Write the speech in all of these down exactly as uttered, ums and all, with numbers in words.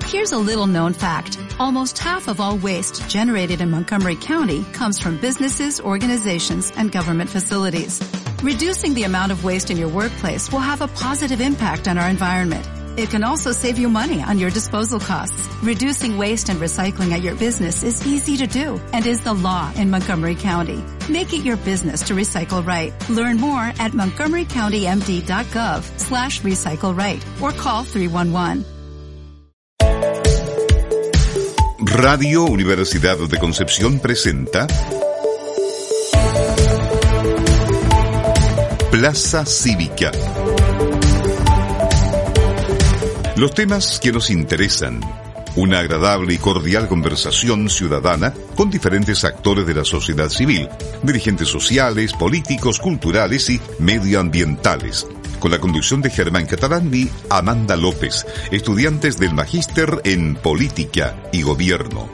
Here's a little known fact. Almost half of all waste generated in Montgomery County comes from businesses, organizations, and government facilities. Reducing the amount of waste in your workplace will have a positive impact on our environment. It can also save you money on your disposal costs. Reducing waste and recycling at your business is easy to do and is the law in Montgomery County. Make it your business to recycle right. Learn more at montgomery county m d dot gov slash recycle right or call three one one. Radio Universidad de Concepción presenta Plaza Cívica. Los temas que nos interesan. Una agradable y cordial conversación ciudadana con diferentes actores de la sociedad civil, dirigentes sociales, políticos, culturales y medioambientales. Con la conducción de Germán Catalán y Amanda López, estudiantes del Magíster en Política y Gobierno.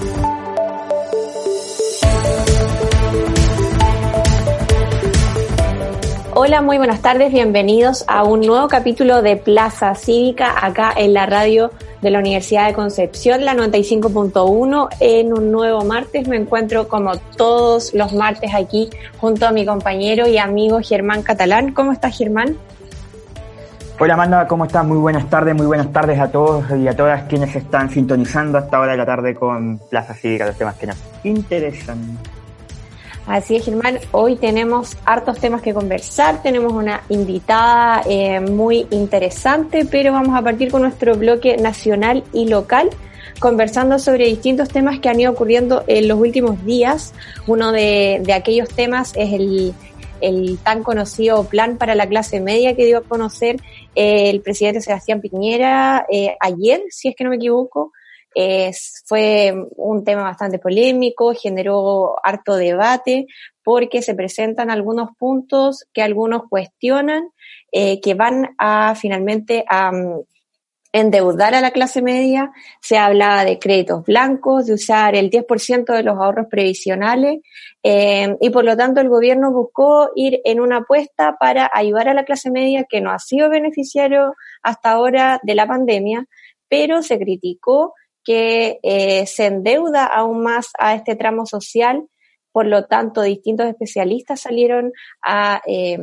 Hola, muy buenas tardes, bienvenidos a un nuevo capítulo de Plaza Cívica acá en la radio de la Universidad de Concepción, la noventa y cinco punto uno. En un nuevo martes me encuentro como todos los martes aquí junto a mi compañero y amigo Germán Catalán. ¿Cómo estás, Germán? Hola, Amanda, ¿cómo estás? Muy buenas tardes, muy buenas tardes a todos y a todas quienes están sintonizando hasta ahora de la tarde con Plaza Cívica, los temas que nos interesan. Así es, Germán, hoy tenemos hartos temas que conversar, tenemos una invitada eh, muy interesante, pero vamos a partir con nuestro bloque nacional y local, conversando sobre distintos temas que han ido ocurriendo en los últimos días. Uno de, de aquellos temas es el, el tan conocido plan para la clase media que dio a conocer eh, el presidente Sebastián Piñera eh, ayer, si es que no me equivoco. Eh, fue un tema bastante polémico, generó harto debate porque se presentan algunos puntos que algunos cuestionan, eh, que van a finalmente a um, endeudar a la clase media. Se hablaba de créditos blancos, de usar el diez por ciento de los ahorros previsionales, eh, y por lo tanto el gobierno buscó ir en una apuesta para ayudar a la clase media que no ha sido beneficiario hasta ahora de la pandemia, pero se criticó que eh, se endeuda aún más a este tramo social. Por lo tanto, distintos especialistas salieron a, eh,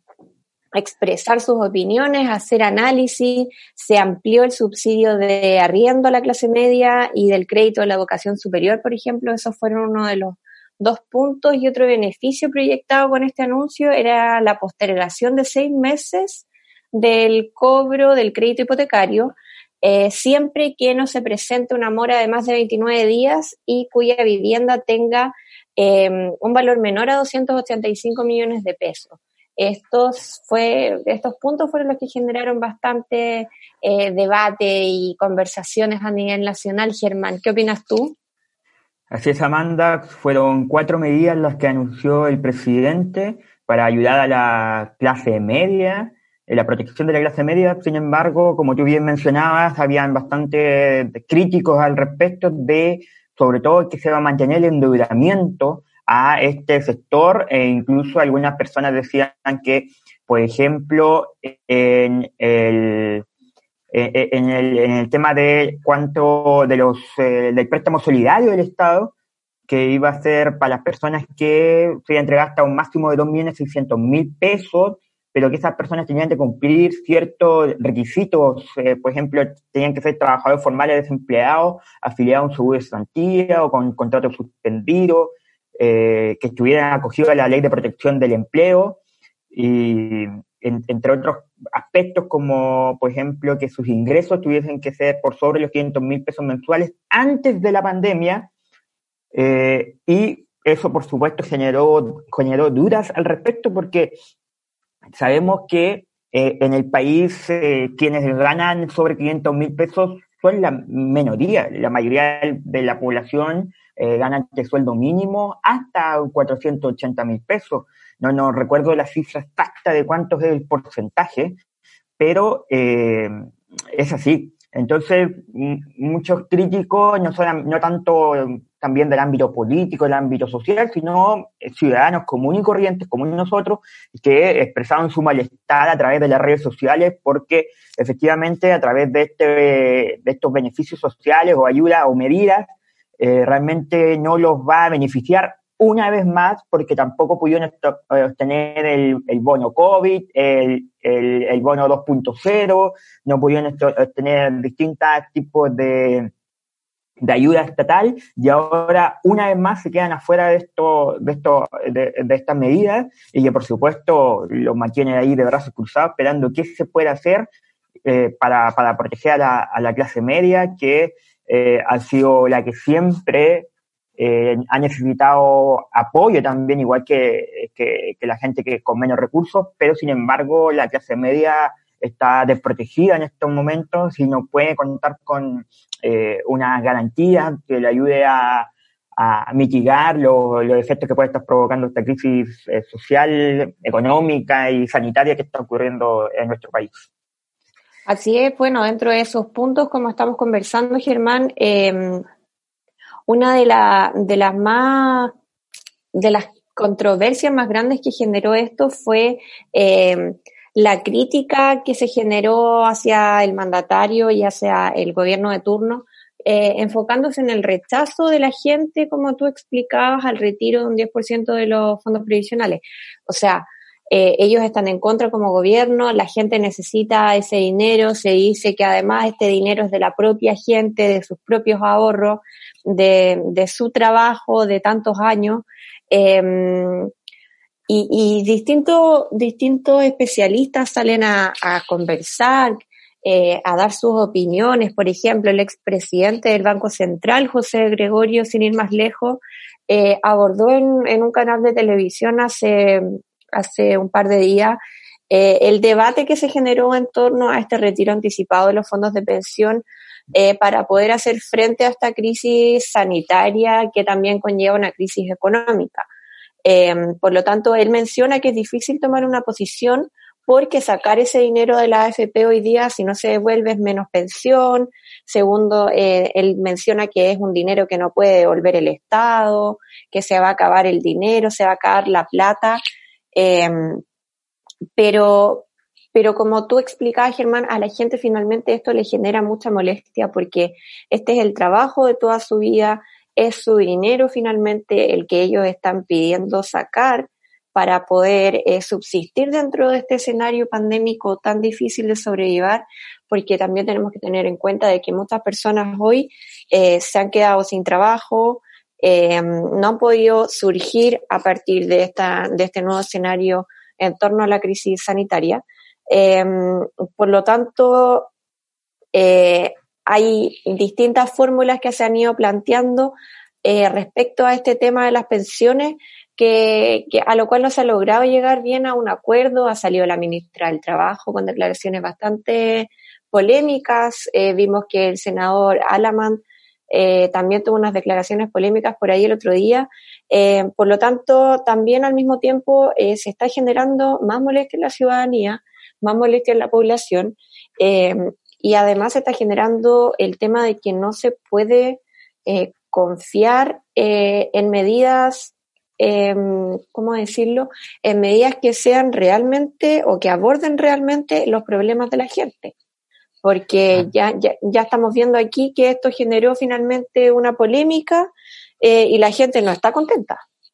a expresar sus opiniones, a hacer análisis. Se amplió el subsidio de arriendo a la clase media y del crédito de la educación superior, por ejemplo. Esos fueron uno de los dos puntos. Y otro beneficio proyectado con este anuncio era la postergación de seis meses del cobro del crédito hipotecario, Eh, siempre que no se presente una mora de más de veintinueve días y cuya vivienda tenga eh, un valor menor a doscientos ochenta y cinco millones de pesos. Estos, fue, estos puntos fueron los que generaron bastante eh, debate y conversaciones a nivel nacional. Germán, ¿qué opinas tú? Así es, Amanda, fueron cuatro medidas las que anunció el presidente para ayudar a la clase media, la protección de la clase media. Sin embargo, como tú bien mencionabas, habían bastante críticos al respecto de, sobre todo, que se va a mantener el endeudamiento a este sector, e incluso algunas personas decían que, por ejemplo, en el, en el, en el tema de cuánto de los, eh, del préstamo solidario del Estado, que iba a ser para las personas que se iba a entregar hasta un máximo de dos millones seiscientos mil pesos, pero que esas personas tenían que cumplir ciertos requisitos, eh, por ejemplo, tenían que ser trabajadores formales desempleados, afiliados a un seguro de cesantía o con contrato suspendido, eh, que estuvieran acogidos a la ley de protección del empleo, y en, entre otros aspectos como, por ejemplo, que sus ingresos tuviesen que ser por sobre los quinientos mil pesos mensuales antes de la pandemia, eh, y eso, por supuesto, generó, generó dudas al respecto, porque sabemos que eh, en el país eh, quienes ganan sobre quinientos mil pesos son la minoría. La mayoría de la población eh, gana el sueldo mínimo hasta cuatrocientos ochenta mil pesos. No, no recuerdo la cifra exacta de cuánto es el porcentaje, pero eh, es así. Entonces, m- muchos críticos, no, son, no tanto también del ámbito político, del ámbito social, sino ciudadanos comunes y corrientes, como nosotros, que expresaron su malestar a través de las redes sociales, porque efectivamente a través de, este, de estos beneficios sociales o ayudas o medidas, eh, realmente no los va a beneficiar una vez más, porque tampoco pudieron obtener el, el bono COVID, el, el, el bono dos punto cero, no pudieron obtener distintos tipos de, de ayuda estatal, y ahora una vez más se quedan afuera de esto, de esto, de, de estas medidas, y que por supuesto los mantienen ahí de brazos cruzados esperando qué se puede hacer eh, para, para proteger a la, a la clase media, que eh, ha sido la que siempre Eh, ha necesitado apoyo también, igual que, que, que la gente que con menos recursos, pero sin embargo la clase media está desprotegida en estos momentos y no puede contar con eh, una garantía que le ayude a, a mitigar los, los efectos que puede estar provocando esta crisis eh, social, económica y sanitaria que está ocurriendo en nuestro país. Así es, bueno, dentro de esos puntos, como estamos conversando, Germán, eh, Una de, la, de las más, de las controversias más grandes que generó esto fue eh, la crítica que se generó hacia el mandatario y hacia el gobierno de turno, eh, enfocándose en el rechazo de la gente, como tú explicabas, al retiro de un diez por ciento de los fondos previsionales. O sea, eh, ellos están en contra como gobierno, la gente necesita ese dinero, se dice que además este dinero es de la propia gente, de sus propios ahorros, de, de su trabajo de tantos años, eh, y, y distintos distintos especialistas salen a, a conversar, eh, a dar sus opiniones. Por ejemplo, el expresidente del Banco Central, José Gregorio, sin ir más lejos, eh, abordó en, en un canal de televisión hace, hace un par de días eh, el debate que se generó en torno a este retiro anticipado de los fondos de pensión, Eh, para poder hacer frente a esta crisis sanitaria que también conlleva una crisis económica. Eh, por lo tanto, él menciona que es difícil tomar una posición porque sacar ese dinero de la A F P hoy día, si no se devuelve, es menos pensión. Segundo, eh, él menciona que es un dinero que no puede devolver el Estado, que se va a acabar el dinero, se va a acabar la plata. Eh, pero... Pero como tú explicabas, Germán, a la gente finalmente esto le genera mucha molestia porque este es el trabajo de toda su vida, es su dinero finalmente el que ellos están pidiendo sacar para poder eh, subsistir dentro de este escenario pandémico tan difícil de sobrellevar, porque también tenemos que tener en cuenta de que muchas personas hoy eh, se han quedado sin trabajo, eh, no han podido surgir a partir de, esta, de este nuevo escenario en torno a la crisis sanitaria. Eh, por lo tanto, eh, hay distintas fórmulas que se han ido planteando eh, respecto a este tema de las pensiones, que, que a lo cual no se ha logrado llegar bien a un acuerdo. Ha salido la ministra del Trabajo con declaraciones bastante polémicas. Eh, vimos que el senador Alamán eh, también tuvo unas declaraciones polémicas por ahí el otro día. Eh, por lo tanto, también al mismo tiempo eh, se está generando más molestia en la ciudadanía, más molestia en la población, eh, y además se está generando el tema de que no se puede eh, confiar eh, en medidas, eh, ¿cómo decirlo?, en medidas que sean realmente o que aborden realmente los problemas de la gente. Porque ya, ya, ya estamos viendo aquí que esto generó finalmente una polémica eh, y la gente no está contenta.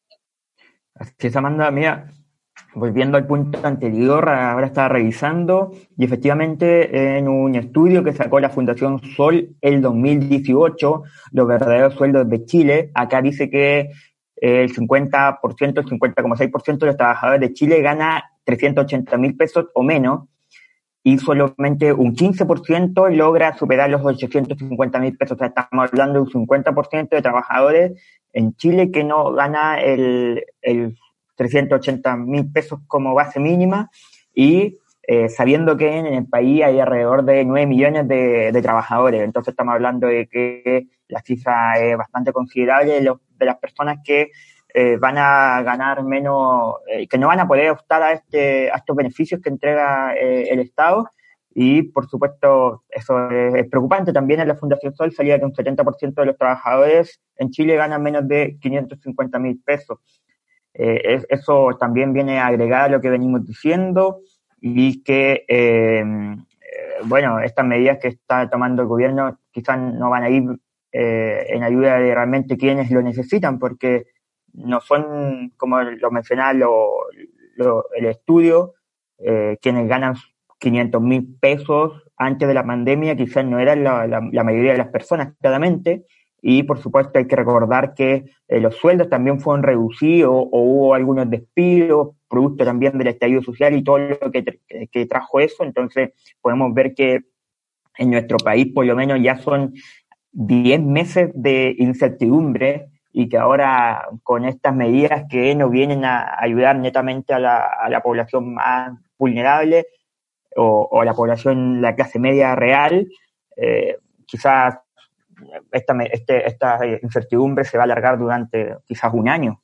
Así es, Amanda, mira, volviendo al punto anterior, ahora estaba revisando y efectivamente en un estudio que sacó la Fundación Sol el dos mil dieciocho, los verdaderos sueldos de Chile, acá dice que el cincuenta por ciento, el cincuenta coma seis por ciento de los trabajadores de Chile gana trescientos ochenta mil pesos o menos, y solamente un quince por ciento logra superar los ochocientos cincuenta mil pesos. O sea, estamos hablando de un cincuenta por ciento de trabajadores en Chile que no gana el, el trescientos ochenta mil pesos como base mínima, y eh, sabiendo que en el país hay alrededor de nueve millones de, de trabajadores. Entonces estamos hablando de que la cifra es bastante considerable de, los, de las personas que eh, van a ganar menos, eh, que no van a poder optar a, este, a estos beneficios que entrega eh, el Estado. y, por supuesto, eso es, es preocupante. También en la Fundación Sol salía que un setenta por ciento de los trabajadores en Chile ganan menos de quinientos cincuenta mil pesos. Eh, eso también viene a agregar a lo que venimos diciendo y que, eh, eh, bueno, estas medidas que está tomando el gobierno quizás no van a ir eh, en ayuda de realmente quienes lo necesitan, porque no son, como lo mencionaba lo, lo, el estudio, eh, quienes ganan quinientos mil pesos antes de la pandemia quizás no eran la, la, la mayoría de las personas, claramente. Y, por supuesto, hay que recordar que eh, los sueldos también fueron reducidos o hubo algunos despidos, producto también del estallido social y todo lo que, que, que trajo eso. Entonces, podemos ver que en nuestro país, por lo menos, ya son diez meses de incertidumbre y que ahora, con estas medidas que nos vienen a ayudar netamente a la, a la población más vulnerable o, o a la población, la clase media real, eh, quizás Esta, este, esta incertidumbre se va a alargar durante quizás un año.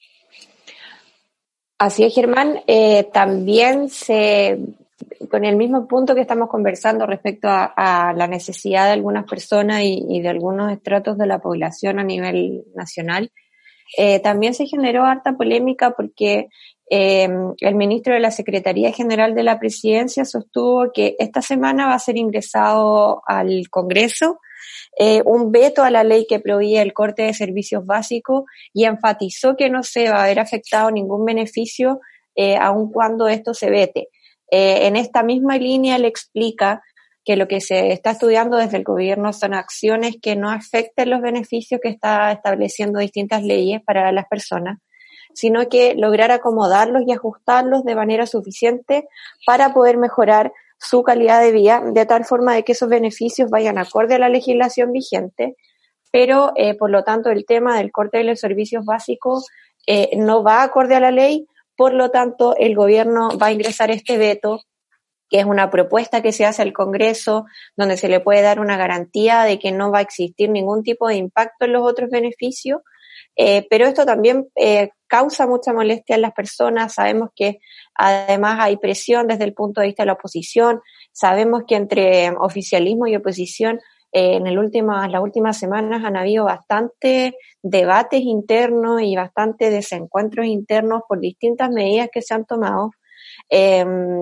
Así es, Germán. Eh, también se, con el mismo punto que estamos conversando respecto a, a la necesidad de algunas personas y, y de algunos estratos de la población a nivel nacional, eh, también se generó harta polémica porque eh, el ministro de la Secretaría General de la Presidencia sostuvo que esta semana va a ser ingresado al Congreso Eh, un veto a la ley que prohíbe el corte de servicios básicos y enfatizó que no se va a ver afectado ningún beneficio eh, aun cuando esto se vete. Eh, en esta misma línea le explica que lo que se está estudiando desde el gobierno son acciones que no afecten los beneficios que está estableciendo distintas leyes para las personas, sino que lograr acomodarlos y ajustarlos de manera suficiente para poder mejorar su calidad de vida, de tal forma de que esos beneficios vayan acorde a la legislación vigente, pero eh, por lo tanto el tema del corte de los servicios básicos eh, no va acorde a la ley, por lo tanto el gobierno va a ingresar este veto, que es una propuesta que se hace al Congreso, donde se le puede dar una garantía de que no va a existir ningún tipo de impacto en los otros beneficios, eh, pero esto también eh, causa mucha molestia en las personas. Sabemos que además hay presión desde el punto de vista de la oposición, sabemos que entre oficialismo y oposición eh, en el último, las últimas semanas han habido bastantes debates internos y bastantes desencuentros internos por distintas medidas que se han tomado. Eh,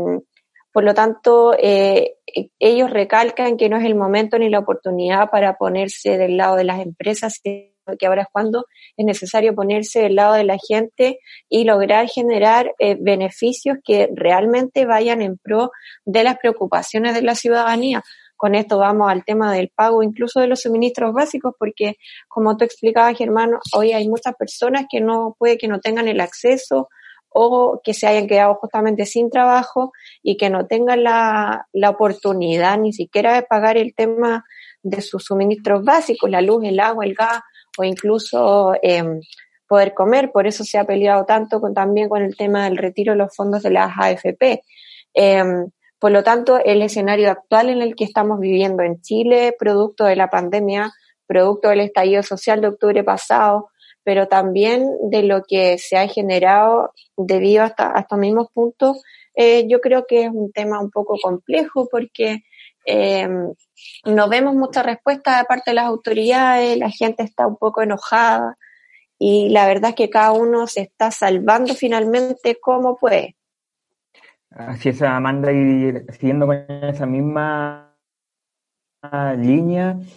por lo tanto, eh, ellos recalcan que no es el momento ni la oportunidad para ponerse del lado de las empresas, que ahora es cuando es necesario ponerse del lado de la gente y lograr generar eh, beneficios que realmente vayan en pro de las preocupaciones de la ciudadanía. Con esto vamos al tema del pago incluso de los suministros básicos, porque como tú explicabas, Germán, hoy hay muchas personas que no puede que no tengan el acceso o que se hayan quedado justamente sin trabajo y que no tengan la, la oportunidad ni siquiera de pagar el tema de sus suministros básicos, la luz, el agua, el gas, o incluso eh, poder comer. Por eso se ha peleado tanto con, también con el tema del retiro de los fondos de las A F P. Eh, por lo tanto, el escenario actual en el que estamos viviendo en Chile, producto de la pandemia, producto del estallido social de octubre pasado, pero también de lo que se ha generado debido a, esta, a estos mismos puntos, eh, yo creo que es un tema un poco complejo porque Eh, no vemos mucha respuesta de parte de las autoridades, la gente está un poco enojada y la verdad es que cada uno se está salvando finalmente como puede. Así es, Amanda, y siguiendo con esa misma línea,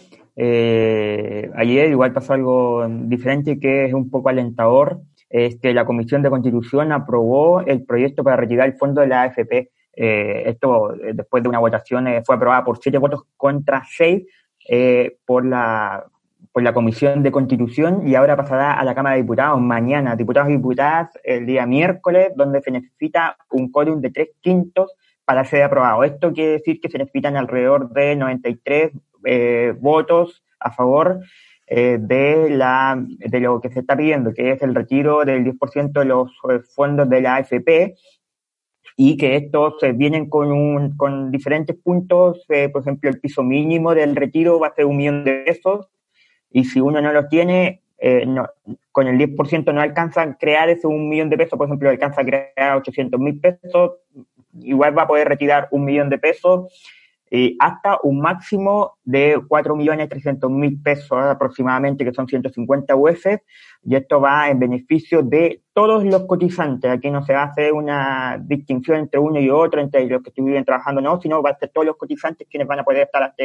eh, ayer igual pasó algo diferente que es un poco alentador, es que la Comisión de Constitución aprobó el proyecto para retirar el fondo de la A F P. Eh, esto, eh, después de una votación, eh, fue aprobada por siete votos contra seis eh, por la por la Comisión de Constitución y ahora pasará a la Cámara de Diputados mañana, diputados y diputadas, el día miércoles, donde se necesita un quórum de tres quintos para ser aprobado. Esto quiere decir que se necesitan alrededor de noventa y tres eh, votos a favor eh, de la de lo que se está pidiendo, que es el retiro del diez por ciento de los eh, fondos de la A F P, y que estos eh, vienen con un, con diferentes puntos, eh, por ejemplo, el piso mínimo del retiro va a ser un millón de pesos, y si uno no los tiene, eh, no, con el diez por ciento no alcanza a crear ese un millón de pesos, por ejemplo, alcanza a crear ochocientos mil pesos, igual va a poder retirar un millón de pesos, eh, hasta un máximo de cuatro millones trescientos mil pesos aproximadamente, que son ciento cincuenta U F, y esto va en beneficio de todos los cotizantes. Aquí no se va a hacer una distinción entre uno y otro, entre los que estuvieron trabajando, no, sino va a ser todos los cotizantes quienes van a poder estar hasta,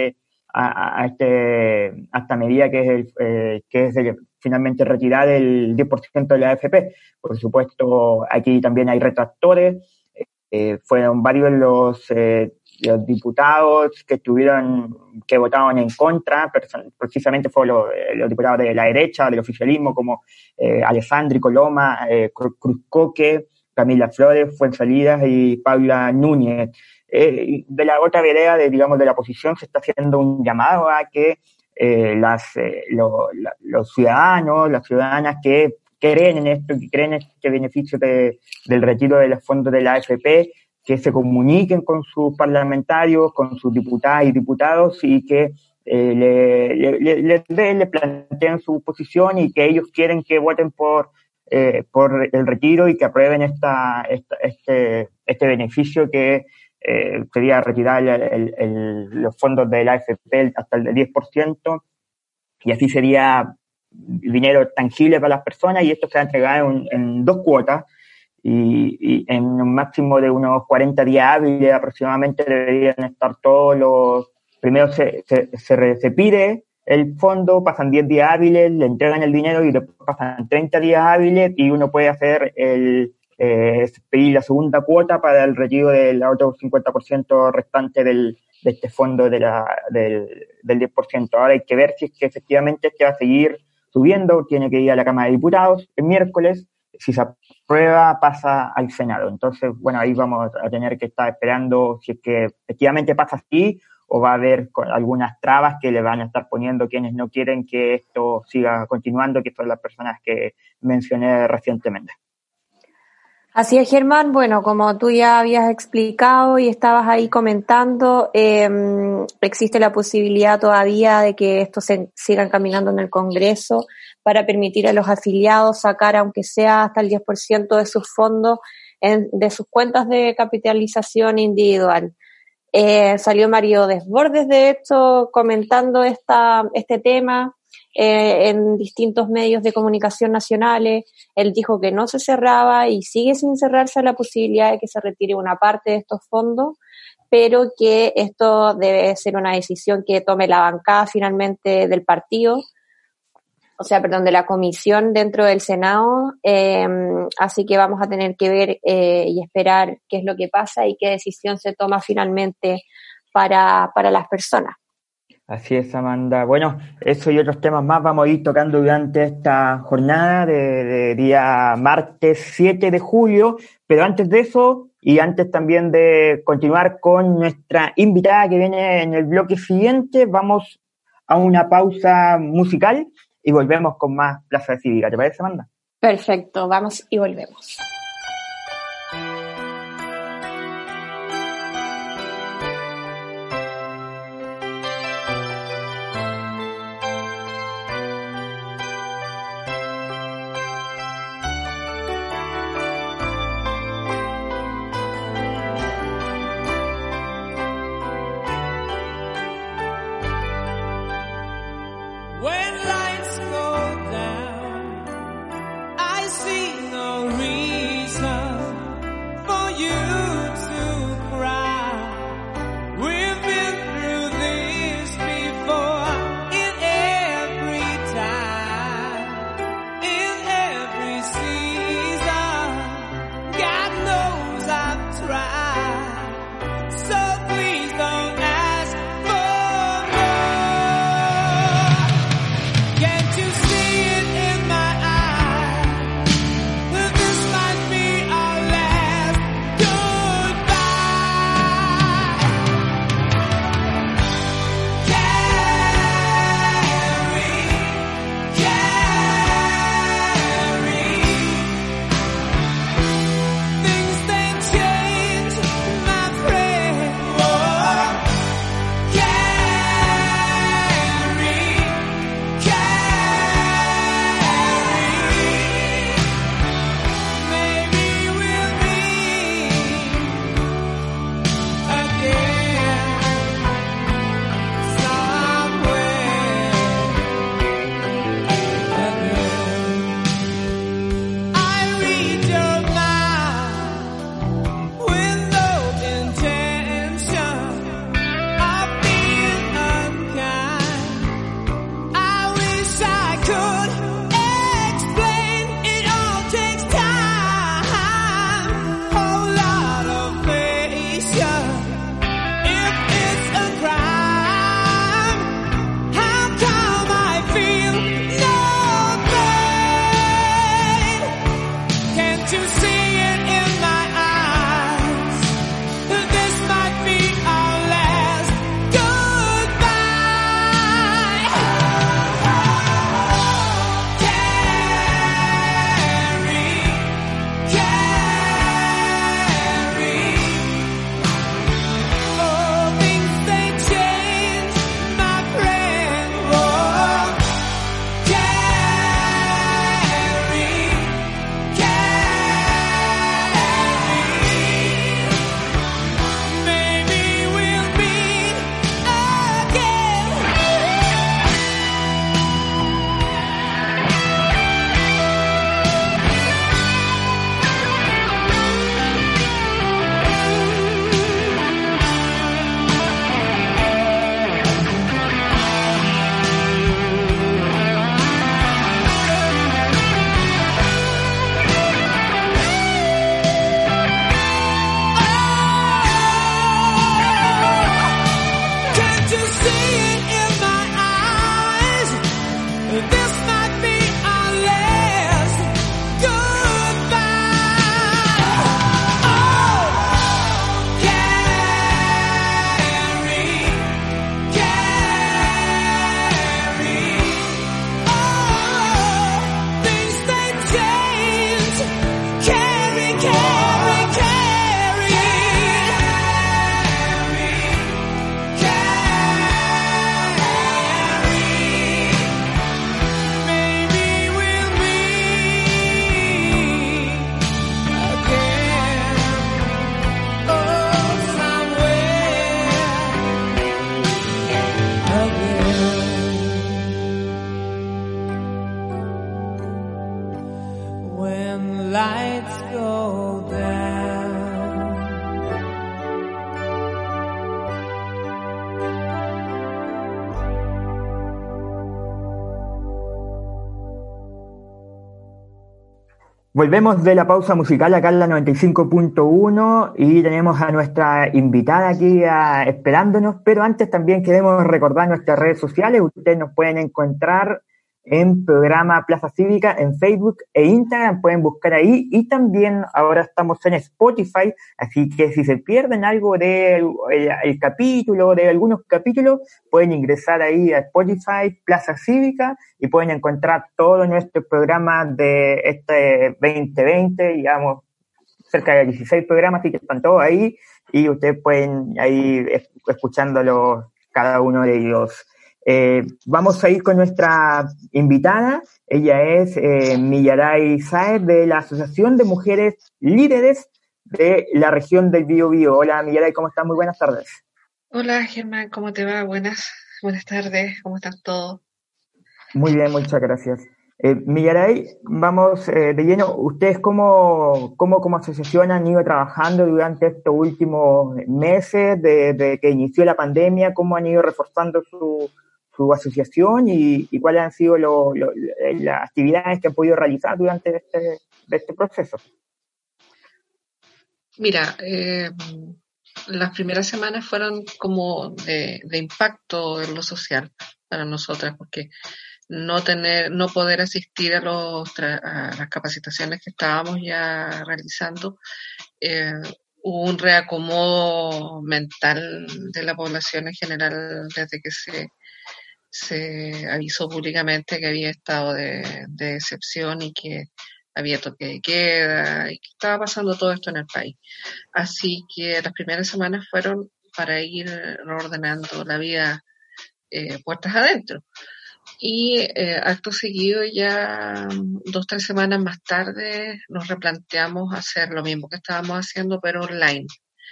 a, a, este, a esta medida que es, el, eh, que es el, finalmente retirar el diez por ciento de la A F P. Por supuesto, aquí también hay retractores. Eh, fueron varios los, eh, los diputados que estuvieron, que votaron en contra, precisamente fueron los, los diputados de la derecha, del oficialismo, como eh, Alessandri Coloma, eh, Cruzcoque, Camila Flores, Fuenzalidas y Paula Núñez. Eh, de la otra vereda, de, digamos, de la oposición, se está haciendo un llamado a que eh, las, eh, lo, la, los ciudadanos, las ciudadanas que creen en esto, que creen en este beneficio de, del retiro de los fondos de la A F P, que se comuniquen con sus parlamentarios, con sus diputadas y diputados y que eh, le, le, le, le, le planteen su posición y que ellos quieren que voten por, eh, por el retiro y que aprueben esta, esta, este, este beneficio que eh, sería retirar el, el, el, los fondos de la A F P hasta el diez por ciento, y así sería dinero tangible para las personas, y esto se va a entregar en, en dos cuotas y, y en un máximo de unos cuarenta días hábiles aproximadamente deberían estar todos los... Primero se, se, se, se pide el fondo, pasan diez días hábiles, le entregan el dinero y después pasan treinta días hábiles y uno puede hacer el eh, pedir la segunda cuota para el retiro del otro cincuenta por ciento restante del, de este fondo de la, del, del diez por ciento. Ahora hay que ver si es que efectivamente este va a seguir subiendo, tiene que ir a la Cámara de Diputados el miércoles, si se aprueba pasa al Senado. Entonces, bueno, ahí vamos a tener que estar esperando si es que efectivamente pasa así o va a haber algunas trabas que le van a estar poniendo quienes no quieren que esto siga continuando, que son las personas que mencioné recientemente. Así es, Germán. Bueno, como tú ya habías explicado y estabas ahí comentando, eh, existe la posibilidad todavía de que esto se siga caminando en el Congreso para permitir a los afiliados sacar, aunque sea hasta el diez por ciento de sus fondos, en, de sus cuentas de capitalización individual. Eh, salió Mario Desbordes, de hecho, comentando esta, este tema eh, en distintos medios de comunicación nacionales. Él dijo que no se cerraba y sigue sin cerrarse la posibilidad de que se retire una parte de estos fondos, pero que esto debe ser una decisión que tome la bancada finalmente del partido, o sea, perdón, de la comisión dentro del Senado, eh, así que vamos a tener que ver eh, y esperar qué es lo que pasa y qué decisión se toma finalmente para, para las personas. Así es, Amanda. Bueno, eso y otros temas más vamos a ir tocando durante esta jornada de, de día martes siete de julio, pero antes de eso y antes también de continuar con nuestra invitada que viene en el bloque siguiente, vamos a una pausa musical y volvemos con más Plaza Cívica. ¿Te parece, Amanda? Perfecto, vamos y volvemos. When lights go down, I see no reason Volvemos de la pausa musical acá en la noventa y cinco punto uno y tenemos a nuestra invitada aquí a, esperándonos, pero antes también queremos recordar nuestras redes sociales. Ustedes nos pueden encontrar en programa Plaza Cívica en Facebook e Instagram, pueden buscar ahí, y también ahora estamos en Spotify, así que si se pierden algo del el, el capítulo, de algunos capítulos, pueden ingresar ahí a Spotify, Plaza Cívica, y pueden encontrar todos nuestros programas de este veinte veinte, digamos, cerca de dieciséis programas, así que están todos ahí, y ustedes pueden ir escuchándolos cada uno de ellos. Eh, vamos a ir con nuestra invitada. Ella es eh, Millaray Sáez, de la Asociación de Mujeres Líderes de la región del Biobío. Hola Millaray, ¿cómo estás? Muy buenas tardes. Hola Germán, ¿cómo te va? Buenas, buenas tardes, ¿cómo están todos? Muy bien, muchas gracias. Eh, Millaray, vamos eh, de lleno. ¿Ustedes cómo, cómo como asociación han ido trabajando durante estos últimos meses de, de que inició la pandemia? ¿Cómo han ido reforzando su su asociación y, y cuáles han sido lo, lo, las actividades que han podido realizar durante este, de este proceso? Mira, eh, las primeras semanas fueron como de, de impacto en lo social para nosotras, porque no tener, no poder asistir a, los tra- a las capacitaciones que estábamos ya realizando, eh, hubo un reacomodo mental de la población en general desde que se se avisó públicamente que había estado de, de excepción y que había toque de queda y que estaba pasando todo esto en el país. Así que las primeras semanas fueron para ir reordenando la vida eh, puertas adentro. Y eh, acto seguido, ya dos, tres semanas más tarde, nos replanteamos hacer lo mismo que estábamos haciendo, pero online.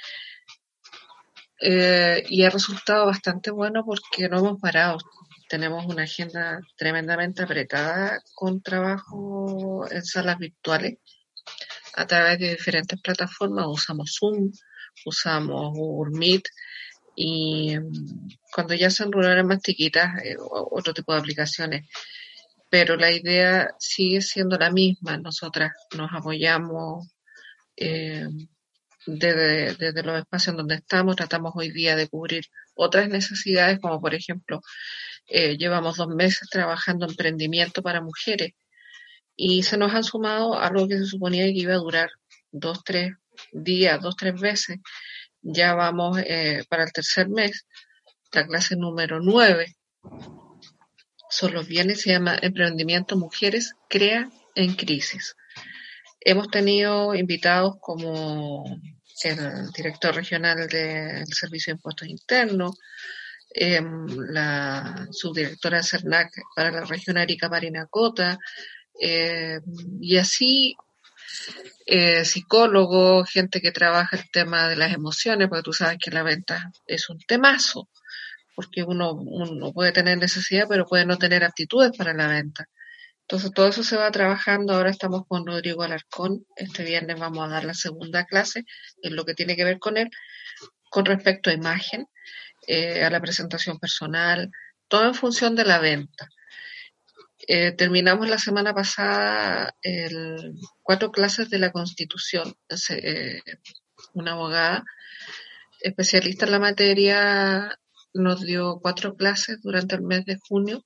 Eh, y ha resultado bastante bueno porque no hemos parado. Tenemos una agenda tremendamente apretada con trabajo en salas virtuales a través de diferentes plataformas. Usamos Zoom, usamos Google Meet y cuando ya son reuniones más chiquitas, eh, otro tipo de aplicaciones. Pero la idea sigue siendo la misma. Nosotras nos apoyamos eh, desde, desde los espacios donde estamos. Tratamos hoy día de cubrir otras necesidades, como por ejemplo, Eh, llevamos dos meses trabajando en emprendimiento para mujeres y se nos han sumado algo que se suponía que iba a durar dos, tres días, dos, tres veces. Ya vamos eh, para el tercer mes, la clase número nueve. Son los viernes, se llama Emprendimiento Mujeres Crea en Crisis. Hemos tenido invitados como el director regional del Servicio de Impuestos Internos, Eh, la subdirectora de CERNAC para la región Arica Parinacota, eh, y así eh, psicólogos, gente que trabaja el tema de las emociones, porque tú sabes que la venta es un temazo, porque uno, uno puede tener necesidad, pero puede no tener aptitudes para la venta. Entonces todo eso se va trabajando. Ahora estamos con Rodrigo Alarcón, este viernes vamos a dar la segunda clase en lo que tiene que ver con él, con respecto a imagen, Eh, a la presentación personal, todo en función de la venta. Eh, terminamos la semana pasada el, cuatro clases de la Constitución. Eh, una abogada especialista en la materia nos dio cuatro clases durante el mes de junio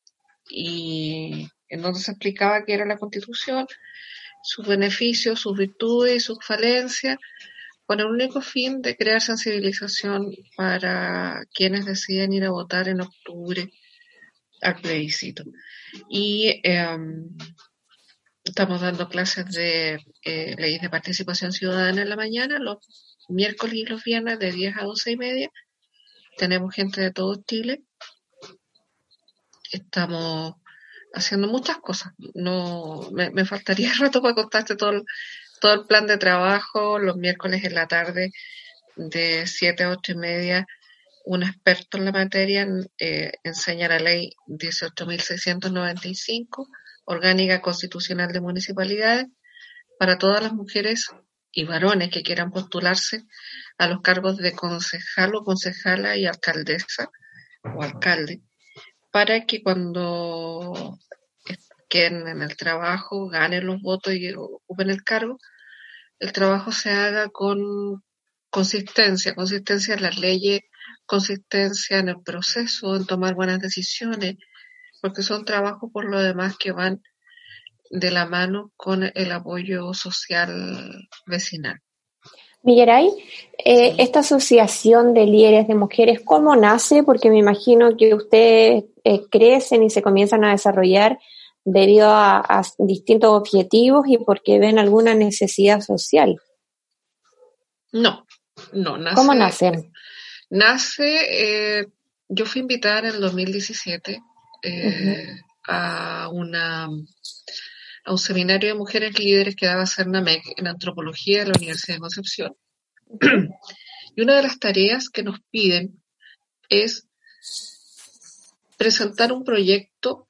y en donde se explicaba qué era la Constitución, sus beneficios, sus virtudes y sus falencias, con el único fin de crear sensibilización para quienes deciden ir a votar en octubre al plebiscito. Y eh, estamos dando clases de eh, leyes de participación ciudadana en la mañana, los miércoles y los viernes de diez a doce y media. Tenemos gente de todo Chile. Estamos haciendo muchas cosas. No me, me faltaría rato para contarte todo el, todo el plan de trabajo. Los miércoles en la tarde de siete a ocho y media, un experto en la materia eh, enseña la ley dieciocho mil seiscientos noventa y cinco, orgánica constitucional de municipalidades, para todas las mujeres y varones que quieran postularse a los cargos de concejal o concejala y alcaldesa o alcalde, para que cuando quien en el trabajo gane los votos y ocupen el cargo, el trabajo se haga con consistencia, consistencia en las leyes, consistencia en el proceso, en tomar buenas decisiones, porque son trabajos por lo demás que van de la mano con el apoyo social vecinal. Millaray, eh, sí. Esta asociación de líderes de mujeres, ¿cómo nace? Porque me imagino que ustedes eh, crecen y se comienzan a desarrollar debido a, a distintos objetivos y porque ven alguna necesidad social. No, no. Nace, ¿Cómo nacen? Nace, eh, yo fui invitada en el dos mil diecisiete eh, uh-huh. a una... a un seminario de mujeres líderes que daba Cernamec en antropología de la Universidad de Concepción. Y una de las tareas que nos piden es presentar un proyecto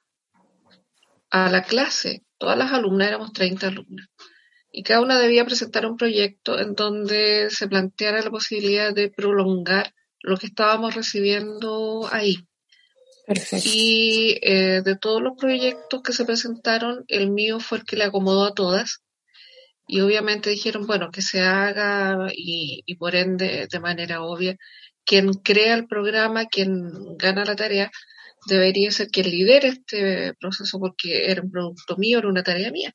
a la clase. Todas las alumnas, éramos treinta alumnas, y cada una debía presentar un proyecto en donde se planteara la posibilidad de prolongar lo que estábamos recibiendo ahí. Perfecto. Y eh, de todos los proyectos que se presentaron, el mío fue el que le acomodó a todas. Y obviamente dijeron, bueno, que se haga y, y por ende, de manera obvia, quien crea el programa, quien gana la tarea, debería ser quien lidere este proceso porque era un producto mío, era una tarea mía.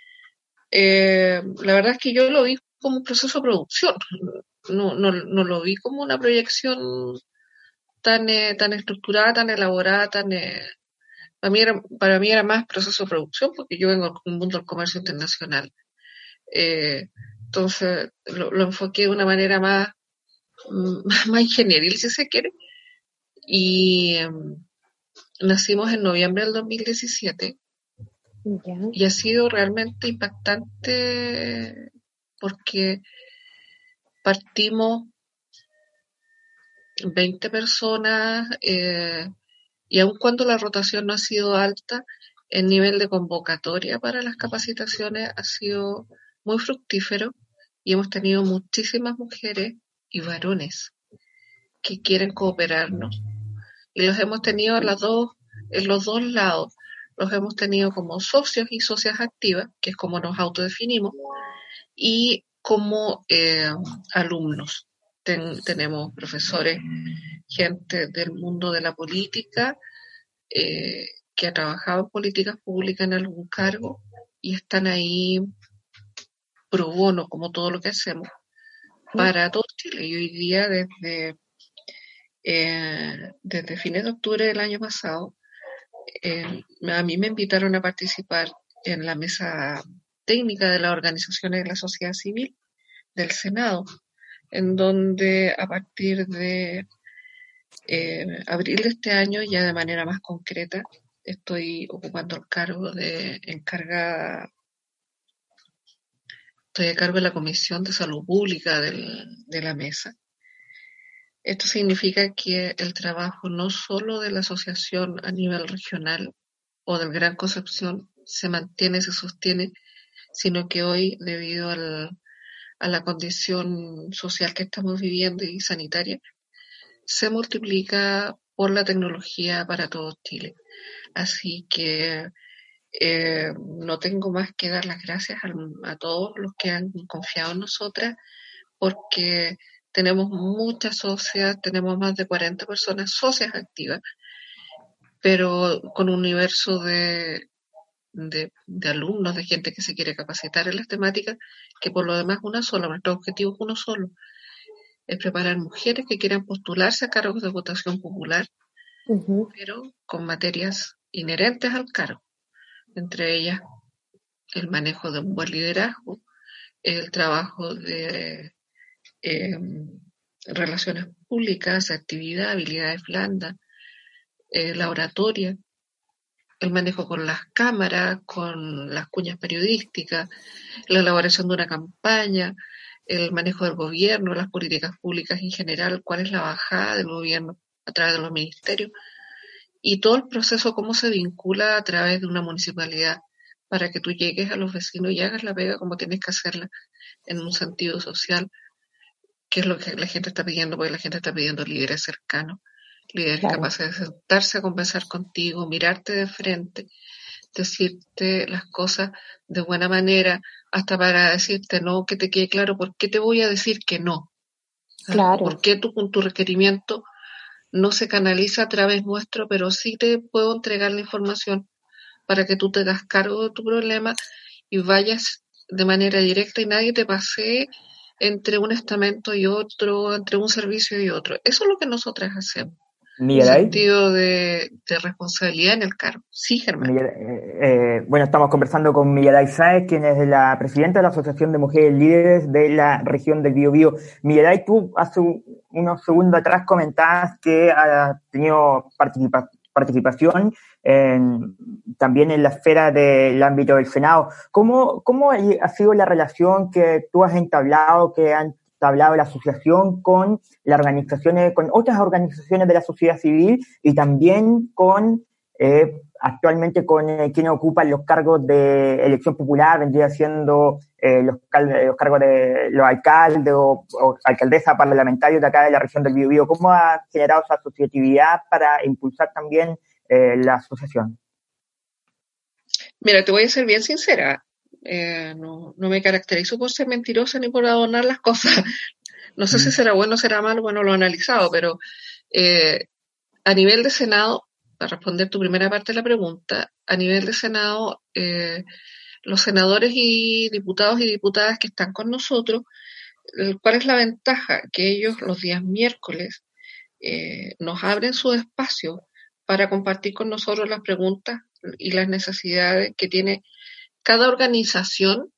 Eh, la verdad es que yo lo vi como un proceso de producción. No, no, no lo vi como una proyección tan eh, tan estructurada, tan elaborada, tan eh, para mí era para mí era más proceso de producción porque yo vengo del mundo del comercio internacional, eh, entonces lo, lo enfoqué de una manera más más ingenieril, si se quiere, y eh, nacimos en noviembre del dos mil diecisiete. Ya. Y ha sido realmente impactante porque partimos veinte personas, eh, y aun cuando la rotación no ha sido alta, el nivel de convocatoria para las capacitaciones ha sido muy fructífero y hemos tenido muchísimas mujeres y varones que quieren cooperarnos. Y los hemos tenido en, las dos, en los dos lados. Los hemos tenido como socios y socias activas, que es como nos autodefinimos, y como eh, alumnos. Ten, tenemos profesores, gente del mundo de la política, eh, que ha trabajado en políticas públicas en algún cargo y están ahí pro bono, como todo lo que hacemos, para todo Chile. Y hoy día, desde, eh, desde fines de octubre del año pasado, eh, a mí me invitaron a participar en la mesa técnica de las organizaciones de la sociedad civil del Senado, en donde a partir de eh, abril de este año, ya de manera más concreta, estoy ocupando el cargo de encargada, estoy a cargo de la Comisión de Salud Pública del, de la mesa. Esto significa que el trabajo no solo de la asociación a nivel regional o del Gran Concepción se mantiene, se sostiene, sino que hoy, debido al, a la condición social que estamos viviendo y sanitaria, se multiplica por la tecnología para todo Chile. Así que eh, no tengo más que dar las gracias a, a todos los que han confiado en nosotras, porque tenemos muchas socias, tenemos más de cuarenta personas socias activas, pero con un universo de, de, de alumnos, de gente que se quiere capacitar en las temáticas, que por lo demás una sola, nuestro objetivo es uno solo, es preparar mujeres que quieran postularse a cargos de votación popular, uh-huh. pero con materias inherentes al cargo, entre ellas el manejo de un buen liderazgo, el trabajo de eh, relaciones públicas, actividad, habilidades blandas, eh, la oratoria, el manejo con las cámaras, con las cuñas periodísticas, la elaboración de una campaña, el manejo del gobierno, las políticas públicas en general, cuál es la bajada del gobierno a través de los ministerios, y todo el proceso, cómo se vincula a través de una municipalidad para que tú llegues a los vecinos y hagas la pega como tienes que hacerla en un sentido social, que es lo que la gente está pidiendo, porque la gente está pidiendo líderes cercanos líderes Claro. capaces de sentarse a conversar contigo, mirarte de frente, decirte las cosas de buena manera, hasta para decirte no, que te quede claro por qué te voy a decir que no. ¿Ah? Claro. ¿Por qué tu, tu requerimiento no se canaliza a través nuestro, pero sí te puedo entregar la información para que tú te hagas cargo de tu problema y vayas de manera directa y nadie te pasee entre un estamento y otro, entre un servicio y otro. Eso es lo que nosotras hacemos. Miguel Un ahí. sentido de, de responsabilidad en el cargo. Sí, Germán. Miguel, eh, eh, bueno, estamos conversando con Miguel Ay Sáez, quien es la presidenta de la Asociación de Mujeres Líderes de la región del Biobío. Miguel Ay, tú hace un, unos segundos atrás comentabas que has tenido participa, participación en, también en la esfera del ámbito del Senado. ¿Cómo, cómo ha sido la relación que tú has entablado, que han entablado la asociación con las organizaciones, con otras organizaciones de la sociedad civil y también con Eh, actualmente con eh, quienes ocupan los cargos de elección popular, vendría siendo eh, los, los cargos de los alcaldes o, o alcaldesa parlamentarios de acá de la región del Biobío? ¿Cómo ha generado esa asociatividad para impulsar también eh, la asociación? Mira, te voy a ser bien sincera. Eh, no, no me caracterizo por ser mentirosa ni por adornar las cosas. No sé mm. si será bueno o será malo, bueno, lo he analizado, pero eh, a nivel de Senado, para responder tu primera parte de la pregunta, a nivel de Senado, eh, los senadores y diputados y diputadas que están con nosotros, ¿cuál es la ventaja? Que ellos los días miércoles eh, nos abren su espacio para compartir con nosotros las preguntas y las necesidades que tiene cada organización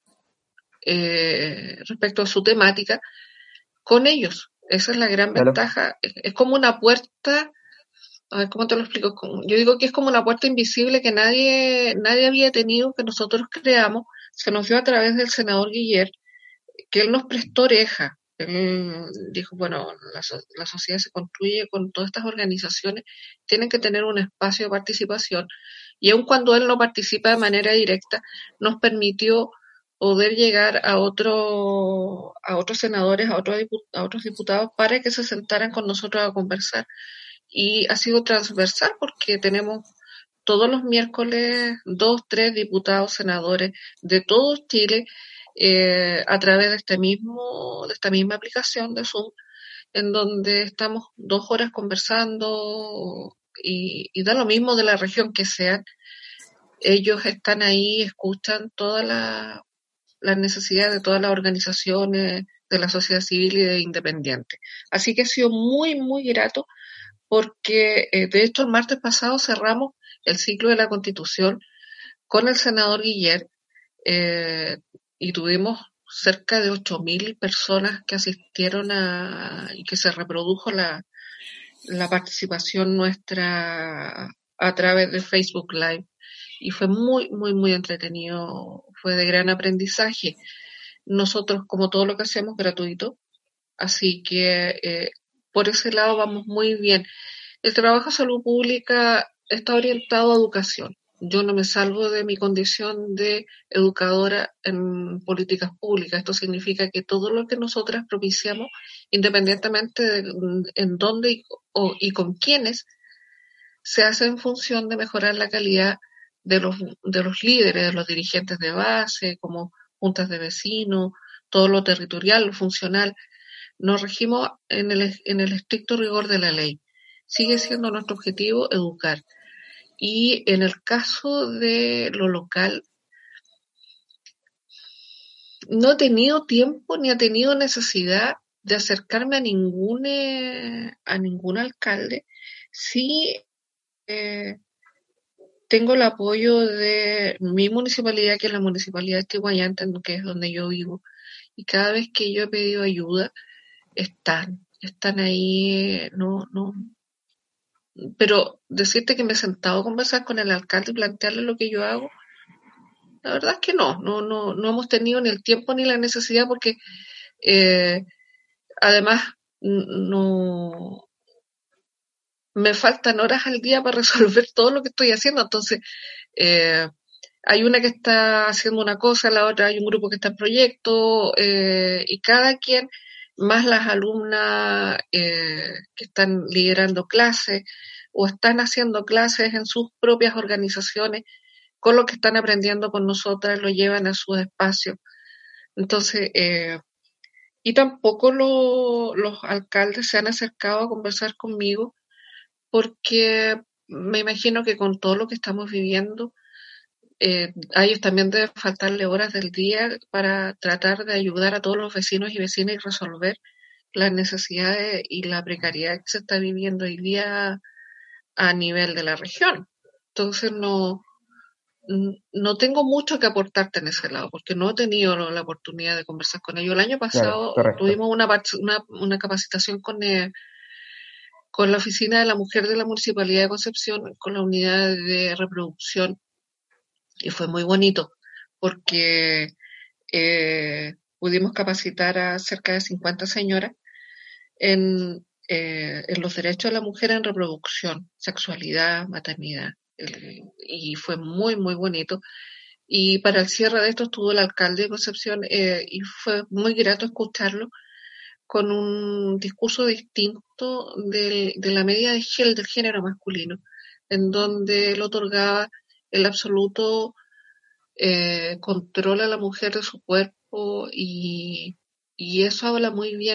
eh, respecto a su temática con ellos. Esa es la gran claro. ventaja. Es como una puerta. A ver, ¿cómo te lo explico? Yo digo que es como una puerta invisible que nadie nadie había tenido, que nosotros creamos. Se nos dio a través del senador Guiller, que él nos prestó oreja. Él dijo, bueno, la, la sociedad se construye con todas estas organizaciones, tienen que tener un espacio de participación. Y aun cuando él no participa de manera directa, nos permitió poder llegar a, otro, a otros senadores, a, otro, a otros diputados, para que se sentaran con nosotros a conversar. Y ha sido transversal porque tenemos todos los miércoles dos, tres diputados, senadores de todo Chile eh, a través de este mismo, de esta misma aplicación de Zoom, en donde estamos dos horas conversando y, y da lo mismo de la región que sean. Ellos están ahí, escuchan todas la, las necesidades de todas las organizaciones de la sociedad civil y de independientes. Así que ha sido muy, muy grato. Porque, eh, de hecho, el martes pasado cerramos el ciclo de la Constitución con el senador Guiller eh, y tuvimos cerca de ocho mil personas que asistieron a, y que se reprodujo la, la participación nuestra a través de Facebook Live. Y fue muy, muy, muy entretenido, fue de gran aprendizaje. Nosotros, como todo lo que hacemos, gratuito, así que eh, por ese lado vamos muy bien. El trabajo de salud pública está orientado a educación. Yo no me salvo de mi condición de educadora en políticas públicas. Esto significa que todo lo que nosotras propiciamos, independientemente de en dónde y, o, y con quiénes, se hace en función de mejorar la calidad de los, de los líderes, de los dirigentes de base, como juntas de vecinos, todo lo territorial, lo funcional. Nos regimos en el, en el estricto rigor de la ley. Sigue siendo nuestro objetivo educar. Y en el caso de lo local, no he tenido tiempo ni he tenido necesidad de acercarme a ningún, eh, a ningún alcalde. Sí eh, tengo el apoyo de mi municipalidad, que es la municipalidad de Tihuayante, que es donde yo vivo. Y cada vez que yo he pedido ayuda, están, están ahí, no, no. Pero decirte que me he sentado a conversar con el alcalde y plantearle lo que yo hago, la verdad es que no, no, no, no hemos tenido ni el tiempo ni la necesidad porque eh, además no me faltan horas al día para resolver todo lo que estoy haciendo, entonces eh, hay una que está haciendo una cosa, la otra hay un grupo que está en proyecto eh, y cada quien más las alumnas eh, que están liderando clases o están haciendo clases en sus propias organizaciones, con lo que están aprendiendo con nosotras lo llevan a sus espacios. Entonces, eh, y tampoco lo, los alcaldes se han acercado a conversar conmigo, porque me imagino que con todo lo que estamos viviendo, eh, a ellos también debe faltarle horas del día para tratar de ayudar a todos los vecinos y vecinas y resolver las necesidades y la precariedad que se está viviendo hoy día a nivel de la región. Entonces no, no tengo mucho que aportarte en ese lado, porque no he tenido la oportunidad de conversar con ellos. El año pasado claro, tuvimos una, una, una capacitación con, eh, con la Oficina de la Mujer de la Municipalidad de Concepción, con la unidad de reproducción, y fue muy bonito, porque eh, pudimos capacitar a cerca de cincuenta señoras en, eh, en los derechos de la mujer en reproducción, sexualidad, maternidad, el, y fue muy, muy bonito. Y para el cierre de esto estuvo el alcalde de Concepción eh, y fue muy grato escucharlo con un discurso distinto de, de la medida de gel del género masculino, en donde él otorgaba el absoluto eh, control a la mujer de su cuerpo y, y eso habla muy bien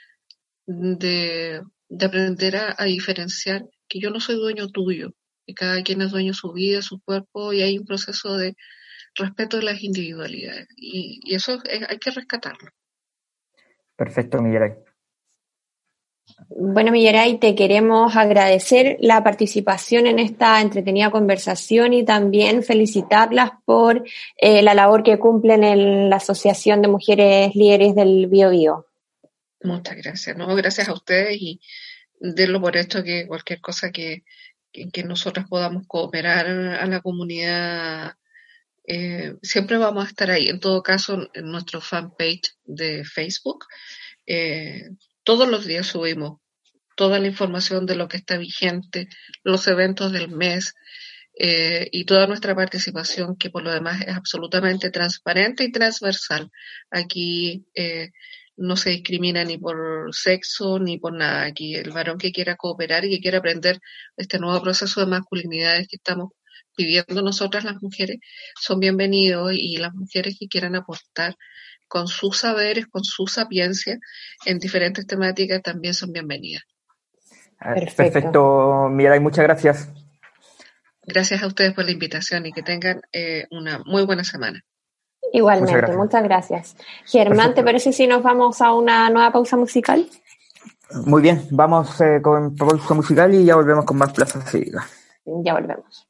de, de aprender a, a diferenciar que yo no soy dueño tuyo, que cada quien es dueño de su vida, su cuerpo, y hay un proceso de respeto de las individualidades y, y eso es, hay que rescatarlo. Perfecto, Millaray. Bueno, Millaray, te queremos agradecer la participación en esta entretenida conversación y también felicitarlas por eh, la labor que cumplen en la Asociación de Mujeres Líderes del Biobío. Muchas gracias. No, gracias a ustedes y denlo por hecho que cualquier cosa que, que, que nosotros podamos cooperar a la comunidad, eh, siempre vamos a estar ahí. En todo caso, en nuestro fanpage de Facebook, eh, todos los días subimos toda la información de lo que está vigente, los eventos del mes eh, y toda nuestra participación, que por lo demás es absolutamente transparente y transversal. Aquí eh, no se discrimina ni por sexo ni por nada. Aquí el varón que quiera cooperar y que quiera aprender este nuevo proceso de masculinidades que estamos viviendo nosotras las mujeres son bienvenidos, y las mujeres que quieran aportar con sus saberes, con su sapiencia en diferentes temáticas también son bienvenidas. Perfecto, Perfecto Millaray, muchas gracias. Gracias a ustedes por la invitación y que tengan eh, una muy buena semana. Igualmente, muchas gracias. Muchas gracias. Germán, Perfecto. ¿Te parece si nos vamos a una nueva pausa musical? Muy bien, vamos eh, con pausa musical y ya volvemos con más Plaza Cívica. Ya volvemos.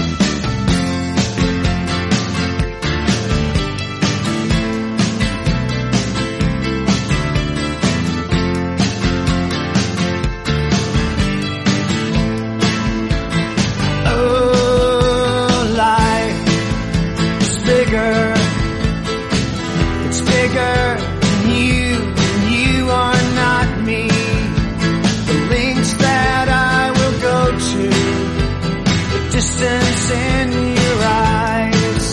Distance in your eyes.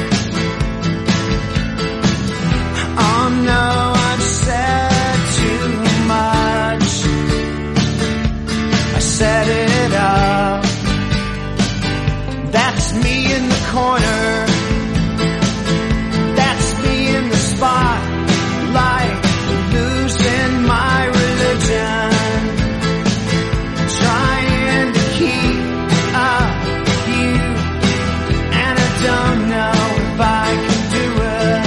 Oh no, I've said too much. I set it up. That's me in the corner. That's me in the spotlight, losing my religion. Trying to keep up. Don't know if I can do it.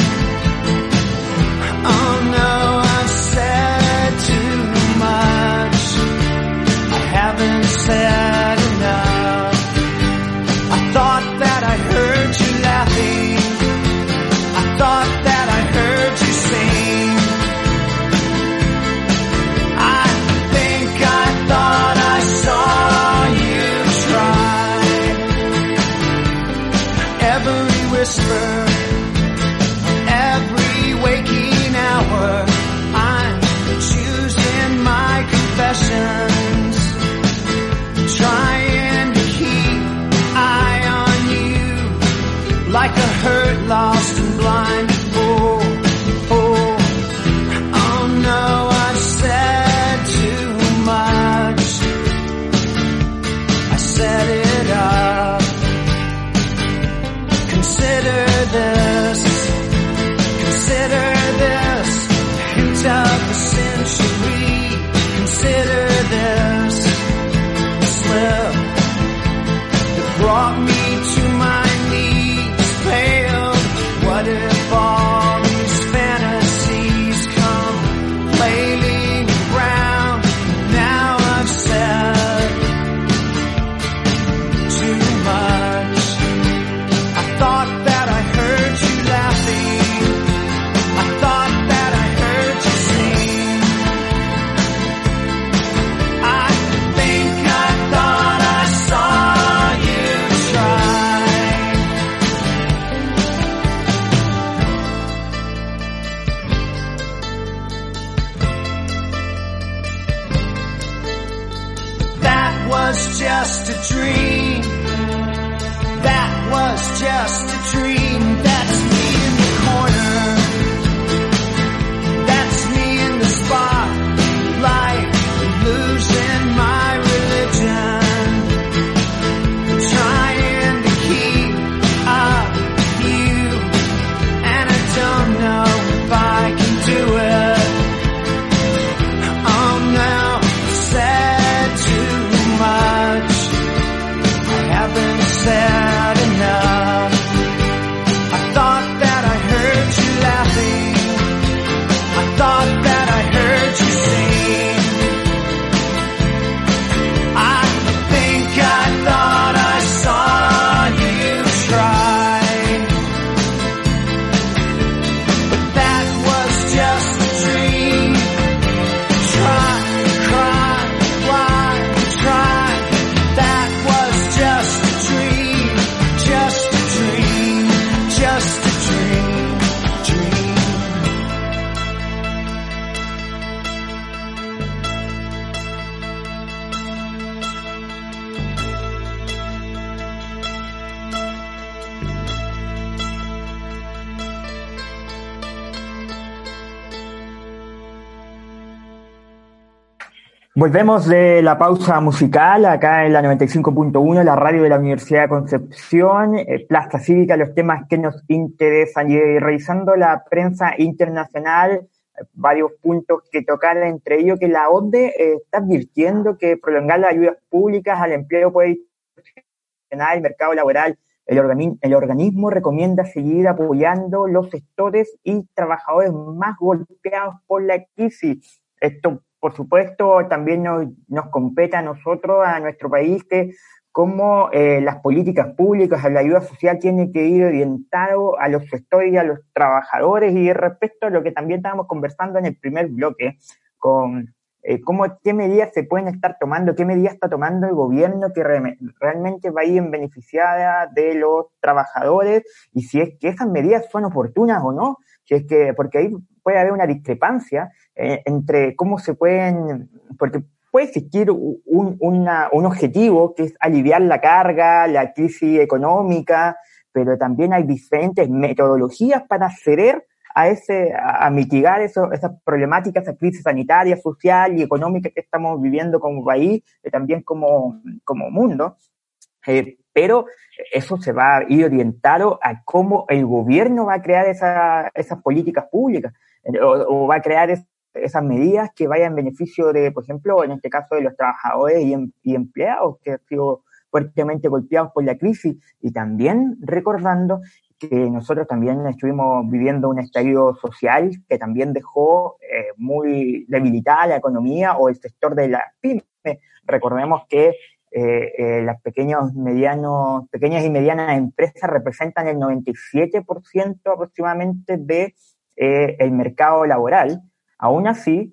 Oh no, I've said too much. I haven't said enough. I thought that I heard you laughing. I thought that I heard you sing. I think I thought I saw you try. Every whisper, every waking hour, I'm choosing my confessions, trying to keep eye on you, like a hurt, lost and blind fool. Oh, oh no, I Volvemos de la pausa musical, acá en la noventa y cinco punto uno, la radio de la Universidad de Concepción, eh, Plaza Cívica, los temas que nos interesan. Y revisando la prensa internacional, eh, varios puntos que tocar, entre ellos que la O C D E eh, está advirtiendo que prolongar las ayudas públicas al empleo puede distorsionar el mercado laboral. El, organi- el organismo recomienda seguir apoyando los sectores y trabajadores más golpeados por la crisis. Esto, por supuesto, también nos, nos compete a nosotros, a nuestro país, que cómo eh, las políticas públicas, la ayuda social tiene que ir orientado a los sectores y a los trabajadores. Y respecto a lo que también estábamos conversando en el primer bloque, con eh, cómo, qué medidas se pueden estar tomando, qué medidas está tomando el gobierno que re- realmente va a ir en beneficiada de los trabajadores, y si es que esas medidas son oportunas o no, si es que, porque ahí puede haber una discrepancia eh, entre cómo se pueden, porque puede existir un, una, un objetivo que es aliviar la carga, la crisis económica, pero también hay diferentes metodologías para acceder a ese, a, a mitigar eso, esas problemáticas, esa crisis sanitaria, social y económica que estamos viviendo como país, y también como, como mundo. Eh, pero eso se va a ir orientado a cómo el gobierno va a crear esa, esas políticas públicas, o, o va a crear es, esas medidas que vayan en beneficio de, por ejemplo, en este caso de los trabajadores y, em, y empleados que han sido fuertemente golpeados por la crisis. Y también recordando que nosotros también estuvimos viviendo un estallido social que también dejó eh, muy debilitada la economía o el sector de las pymes. Recordemos que Eh, eh, las pequeños, medianos, pequeñas y medianas empresas representan el noventa y siete por ciento aproximadamente de eh, el mercado laboral. Aún así,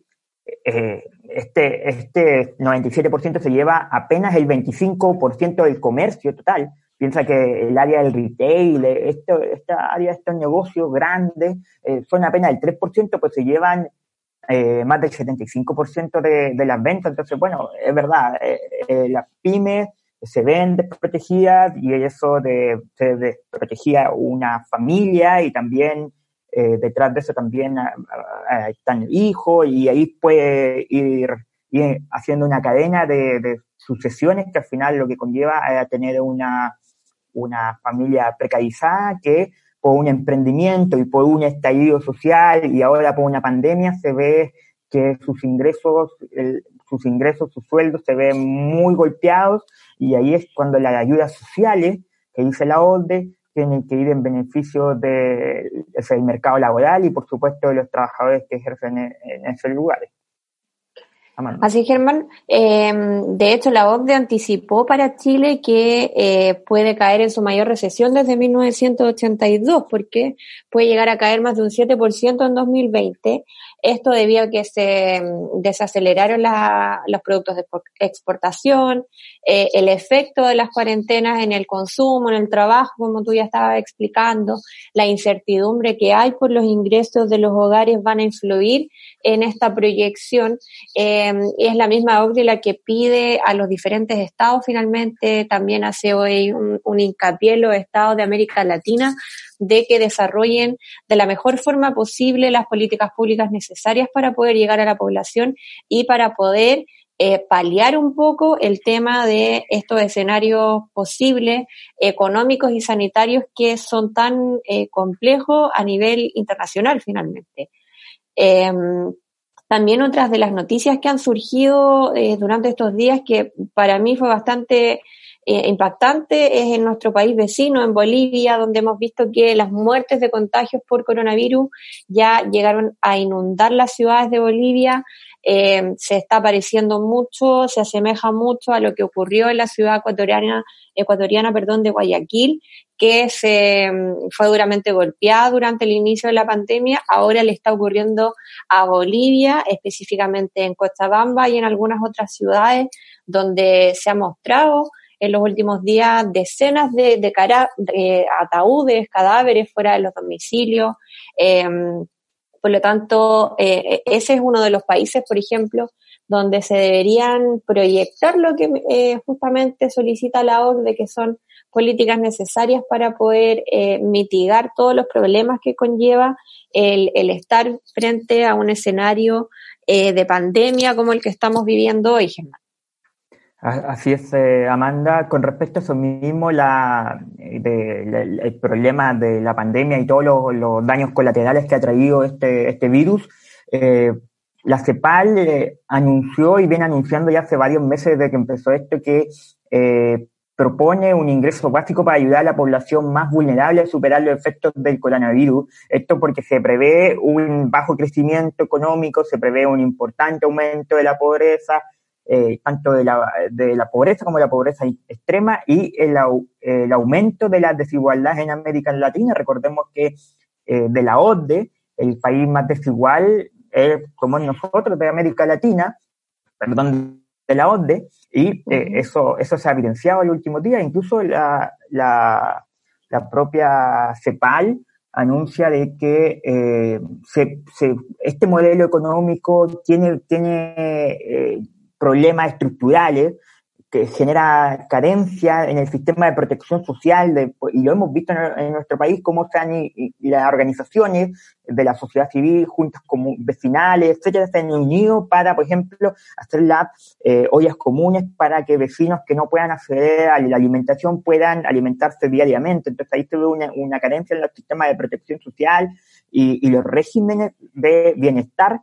eh, este, este noventa y siete por ciento se lleva apenas el veinticinco por ciento del comercio total. Piensa que el área del retail, esto, esta área de estos negocios grandes, eh, son apenas el tres por ciento, pues se llevan Eh, más del setenta y cinco por ciento de, de las ventas. Entonces, bueno, es verdad, eh, eh, las pymes se ven desprotegidas y eso de, se desprotegía una familia, y también eh, detrás de eso también a, a, a, están hijos, y ahí puede ir, ir haciendo una cadena de, de sucesiones que al final lo que conlleva a tener una, una familia precarizada que por un emprendimiento y por un estallido social y ahora por una pandemia se ve que sus ingresos, el, sus ingresos, sus sueldos se ven muy golpeados, y ahí es cuando las ayudas sociales que dice la O C D E tienen que ir en beneficio de, del mercado laboral y por supuesto de los trabajadores que ejercen en, en esos lugares. Amanda. Así, Germán, eh, de hecho la O C D E anticipó para Chile que eh, puede caer en su mayor recesión desde mil novecientos ochenta y dos, porque puede llegar a caer más de un siete por ciento en dos mil veinte. Esto debido a que se desaceleraron la, los productos de exportación, eh, el efecto de las cuarentenas en el consumo, en el trabajo, como tú ya estabas explicando, la incertidumbre que hay por los ingresos de los hogares van a influir en esta proyección. Eh, es la misma O C D E la que pide a los diferentes estados, finalmente también hace hoy un, un hincapié en los estados de América Latina, de que desarrollen de la mejor forma posible las políticas públicas necesarias para poder llegar a la población y para poder eh, paliar un poco el tema de estos escenarios posibles económicos y sanitarios que son tan eh, complejos a nivel internacional finalmente. Eh, También otras de las noticias que han surgido eh, durante estos días que para mí fue bastante eh, impactante es en nuestro país vecino, en Bolivia, donde hemos visto que las muertes de contagios por coronavirus ya llegaron a inundar las ciudades de Bolivia. Eh, se está pareciendo mucho, se asemeja mucho a lo que ocurrió en la ciudad ecuatoriana, ecuatoriana perdón, de Guayaquil, que se fue duramente golpeada durante el inicio de la pandemia. Ahora le está ocurriendo a Bolivia, específicamente en Cochabamba y en algunas otras ciudades donde se ha mostrado en los últimos días decenas de, de, cara, de ataúdes, cadáveres fuera de los domicilios. Eh, por lo tanto, eh, ese es uno de los países, por ejemplo, donde se deberían proyectar lo que eh, justamente solicita la O C D E, que son políticas necesarias para poder eh, mitigar todos los problemas que conlleva el, el estar frente a un escenario eh, de pandemia como el que estamos viviendo hoy, Germán. Así es, eh, Amanda. Con respecto a eso mismo, la, de, la, el problema de la pandemia y todos los, los daños colaterales que ha traído este, este virus, eh, la CEPAL eh, anunció y viene anunciando ya hace varios meses desde que empezó esto que eh, propone un ingreso básico para ayudar a la población más vulnerable a superar los efectos del coronavirus. Esto porque se prevé un bajo crecimiento económico, se prevé un importante aumento de la pobreza, Eh, tanto de la, de la pobreza como de la pobreza extrema y el, el aumento de las desigualdades en América Latina. Recordemos que eh, de la O C D E, el país más desigual eh, somos nosotros de América Latina, perdón, de la O C D E, y eh, uh-huh. eso, eso se ha evidenciado en los últimos días. Incluso la, la, la propia CEPAL anuncia de que eh, se, se, este modelo económico tiene, tiene eh, problemas estructurales, que genera carencia en el sistema de protección social, de, y lo hemos visto en, en nuestro país, cómo están y, y las organizaciones de la sociedad civil, juntas como vecinales, etcétera, se han unido para, por ejemplo, hacer las eh, ollas comunes para que vecinos que no puedan acceder a la alimentación puedan alimentarse diariamente. Entonces ahí se ve una, una carencia en el sistema de protección social y, y los regímenes de bienestar,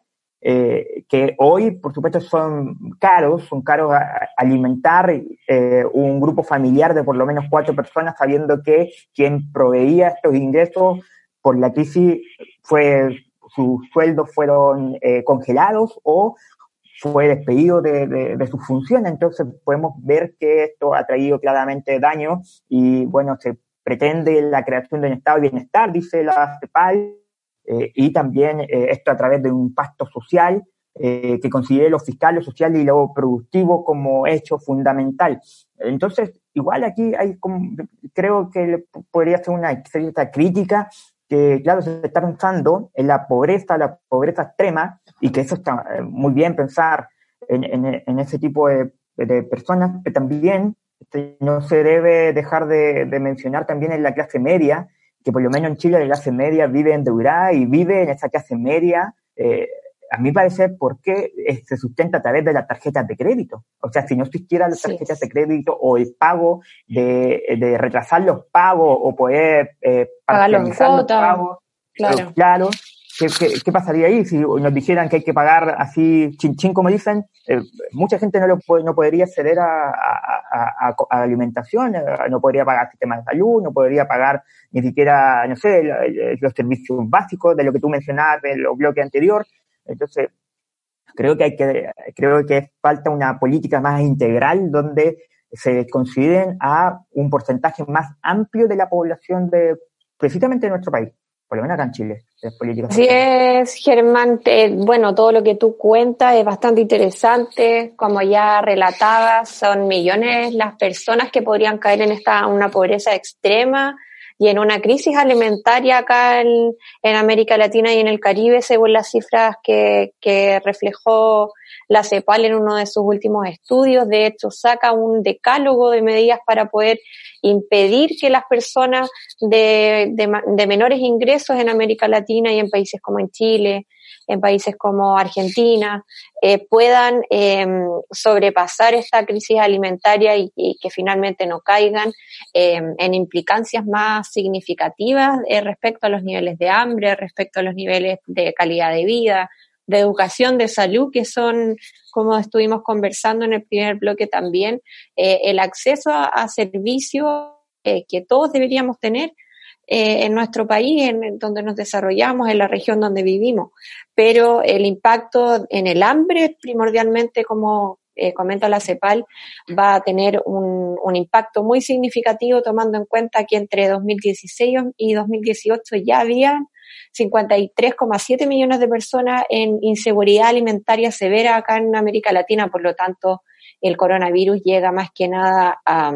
Eh, que hoy, por supuesto, son caros, son caros a, a alimentar eh, un grupo familiar de por lo menos cuatro personas, sabiendo que quien proveía estos ingresos por la crisis fue, sus sueldos fueron eh, congelados o fue despedido de, de, de sus funciones. Entonces podemos ver que esto ha traído claramente daño y, bueno, se pretende la creación de un estado de bienestar, dice la CEPAL, Eh, y también eh, esto a través de un pacto social eh, que considere lo fiscal, lo social y lo productivo como hecho fundamental. Entonces, igual aquí hay como, creo que podría ser una cierta crítica que, claro, se está pensando en la pobreza, la pobreza extrema, y que eso está muy bien pensar en, en, en ese tipo de, de personas, pero también este, no se debe dejar de, de mencionar también en la clase media, que por lo menos en Chile la clase media vive endeudada y vive en esa clase media, eh, a mi parecer, porque eh, se sustenta a través de las tarjetas de crédito. O sea, si no existieran las tarjetas sí. de crédito o el pago de, de retrasar los pagos o poder eh, parcializar los pagos, claro, eh, claro ¿qué, qué, ¿qué pasaría ahí? Si nos dijeran que hay que pagar así chin chin, como dicen, eh, mucha gente no, lo, no podría acceder a, a, a, a alimentación, no podría pagar sistemas de salud, no podría pagar ni siquiera, no sé, los servicios básicos de lo que tú mencionabas de los bloques anteriores. Entonces, creo que hay que, creo que falta una política más integral donde se consideren a un porcentaje más amplio de la población de, precisamente de nuestro país, por lo menos acá en Chile. Así es, Germán. Eh, bueno, todo lo que tú cuentas es bastante interesante. Como ya relatabas, son millones las personas que podrían caer en esta una pobreza extrema y en una crisis alimentaria acá en, en América Latina y en el Caribe, según las cifras que, que reflejó la CEPAL en uno de sus últimos estudios. De hecho, saca un decálogo de medidas para poder impedir que las personas de, de, de menores ingresos en América Latina y en países como en Chile, en países como Argentina, eh, puedan eh, sobrepasar esta crisis alimentaria y, y que finalmente no caigan eh, en implicancias más significativas eh, respecto a los niveles de hambre, respecto a los niveles de calidad de vida, de educación, de salud, que son, como estuvimos conversando en el primer bloque también, eh, el acceso a, a servicios eh, que todos deberíamos tener eh, en nuestro país, en, en donde nos desarrollamos, en la región donde vivimos. Pero el impacto en el hambre, primordialmente, como eh, comenta la CEPAL, va a tener un, un impacto muy significativo, tomando en cuenta que entre dos mil dieciséis y dos mil dieciocho ya había cincuenta y tres coma siete millones de personas en inseguridad alimentaria severa acá en América Latina. Por lo tanto, el coronavirus llega más que nada a,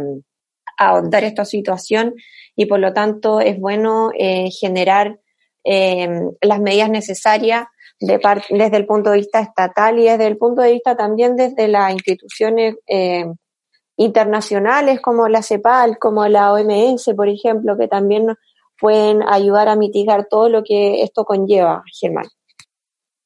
a ahondar esta situación y por lo tanto es bueno eh, generar eh, las medidas necesarias de part- desde el punto de vista estatal y desde el punto de vista también desde las instituciones eh, internacionales como la CEPAL, como la O M S, por ejemplo, que también pueden ayudar a mitigar todo lo que esto conlleva, Germán.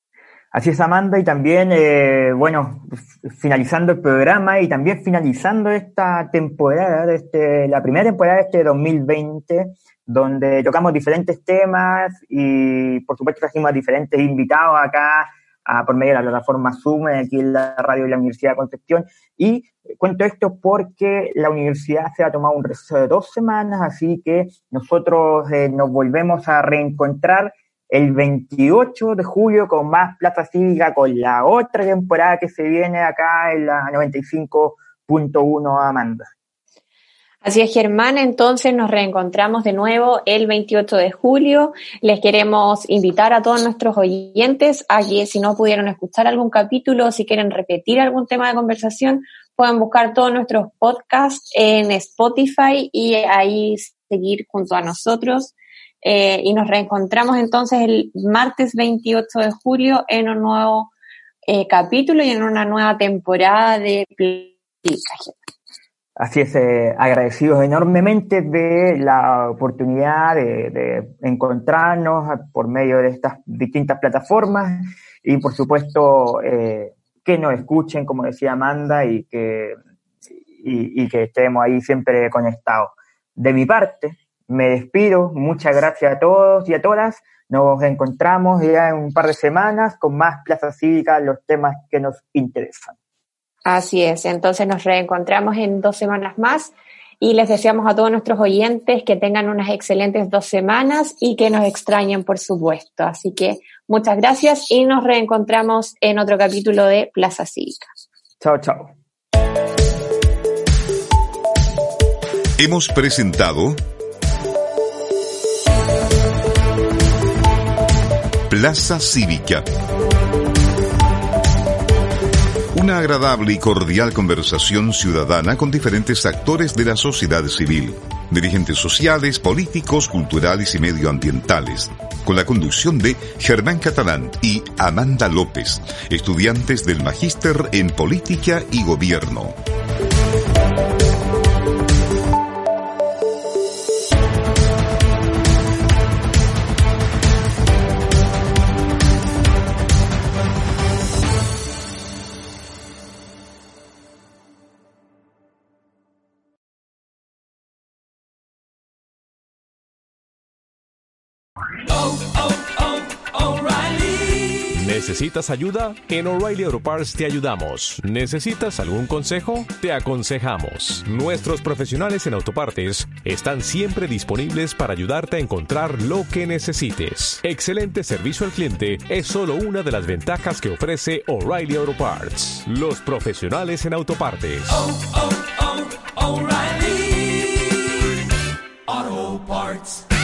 Así es, Amanda, y también, eh, bueno, finalizando el programa y también finalizando esta temporada, de este, la primera temporada de este dos mil veinte, donde tocamos diferentes temas y, por supuesto, trajimos a diferentes invitados acá a, por medio de la plataforma Zoom, aquí en la radio de la Universidad de Concepción. Y cuento esto porque la universidad se ha tomado un receso de dos semanas, así que nosotros eh, nos volvemos a reencontrar el veintiocho de julio con más Plaza Cívica, con la otra temporada que se viene acá en la noventa y cinco punto uno, Amanda. Así es, Germán, entonces nos reencontramos de nuevo el veintiocho de julio. Les queremos invitar a todos nuestros oyentes a que, si no pudieron escuchar algún capítulo o si quieren repetir algún tema de conversación, pueden buscar todos nuestros podcasts en Spotify y ahí seguir junto a nosotros. Eh, y nos reencontramos entonces el martes veintiocho de julio en un nuevo eh, capítulo y en una nueva temporada de Platica. Así es, eh, agradecidos enormemente de la oportunidad de, de encontrarnos por medio de estas distintas plataformas y, por supuesto, eh, que nos escuchen, como decía Amanda, y que, y, y que estemos ahí siempre conectados. De mi parte, me despido, muchas gracias a todos y a todas. Nos encontramos ya en un par de semanas con más Plaza Cívica, los temas que nos interesan. Así es, entonces nos reencontramos en dos semanas más y les deseamos a todos nuestros oyentes que tengan unas excelentes dos semanas y que nos extrañen, por supuesto. Así que muchas gracias y nos reencontramos en otro capítulo de Plaza Cívica. Chao, chao. Hemos presentado Plaza Cívica. Una agradable y cordial conversación ciudadana con diferentes actores de la sociedad civil, dirigentes sociales, políticos, culturales y medioambientales, con la conducción de Germán Catalán y Amanda López, estudiantes del Magíster en Política y Gobierno. ¿Necesitas ayuda? En O'Reilly Auto Parts te ayudamos. ¿Necesitas algún consejo? Te aconsejamos. Nuestros profesionales en autopartes están siempre disponibles para ayudarte a encontrar lo que necesites. Excelente servicio al cliente es solo una de las ventajas que ofrece O'Reilly Auto Parts. Los profesionales en autopartes. Oh, oh, oh, O'Reilly Auto Parts.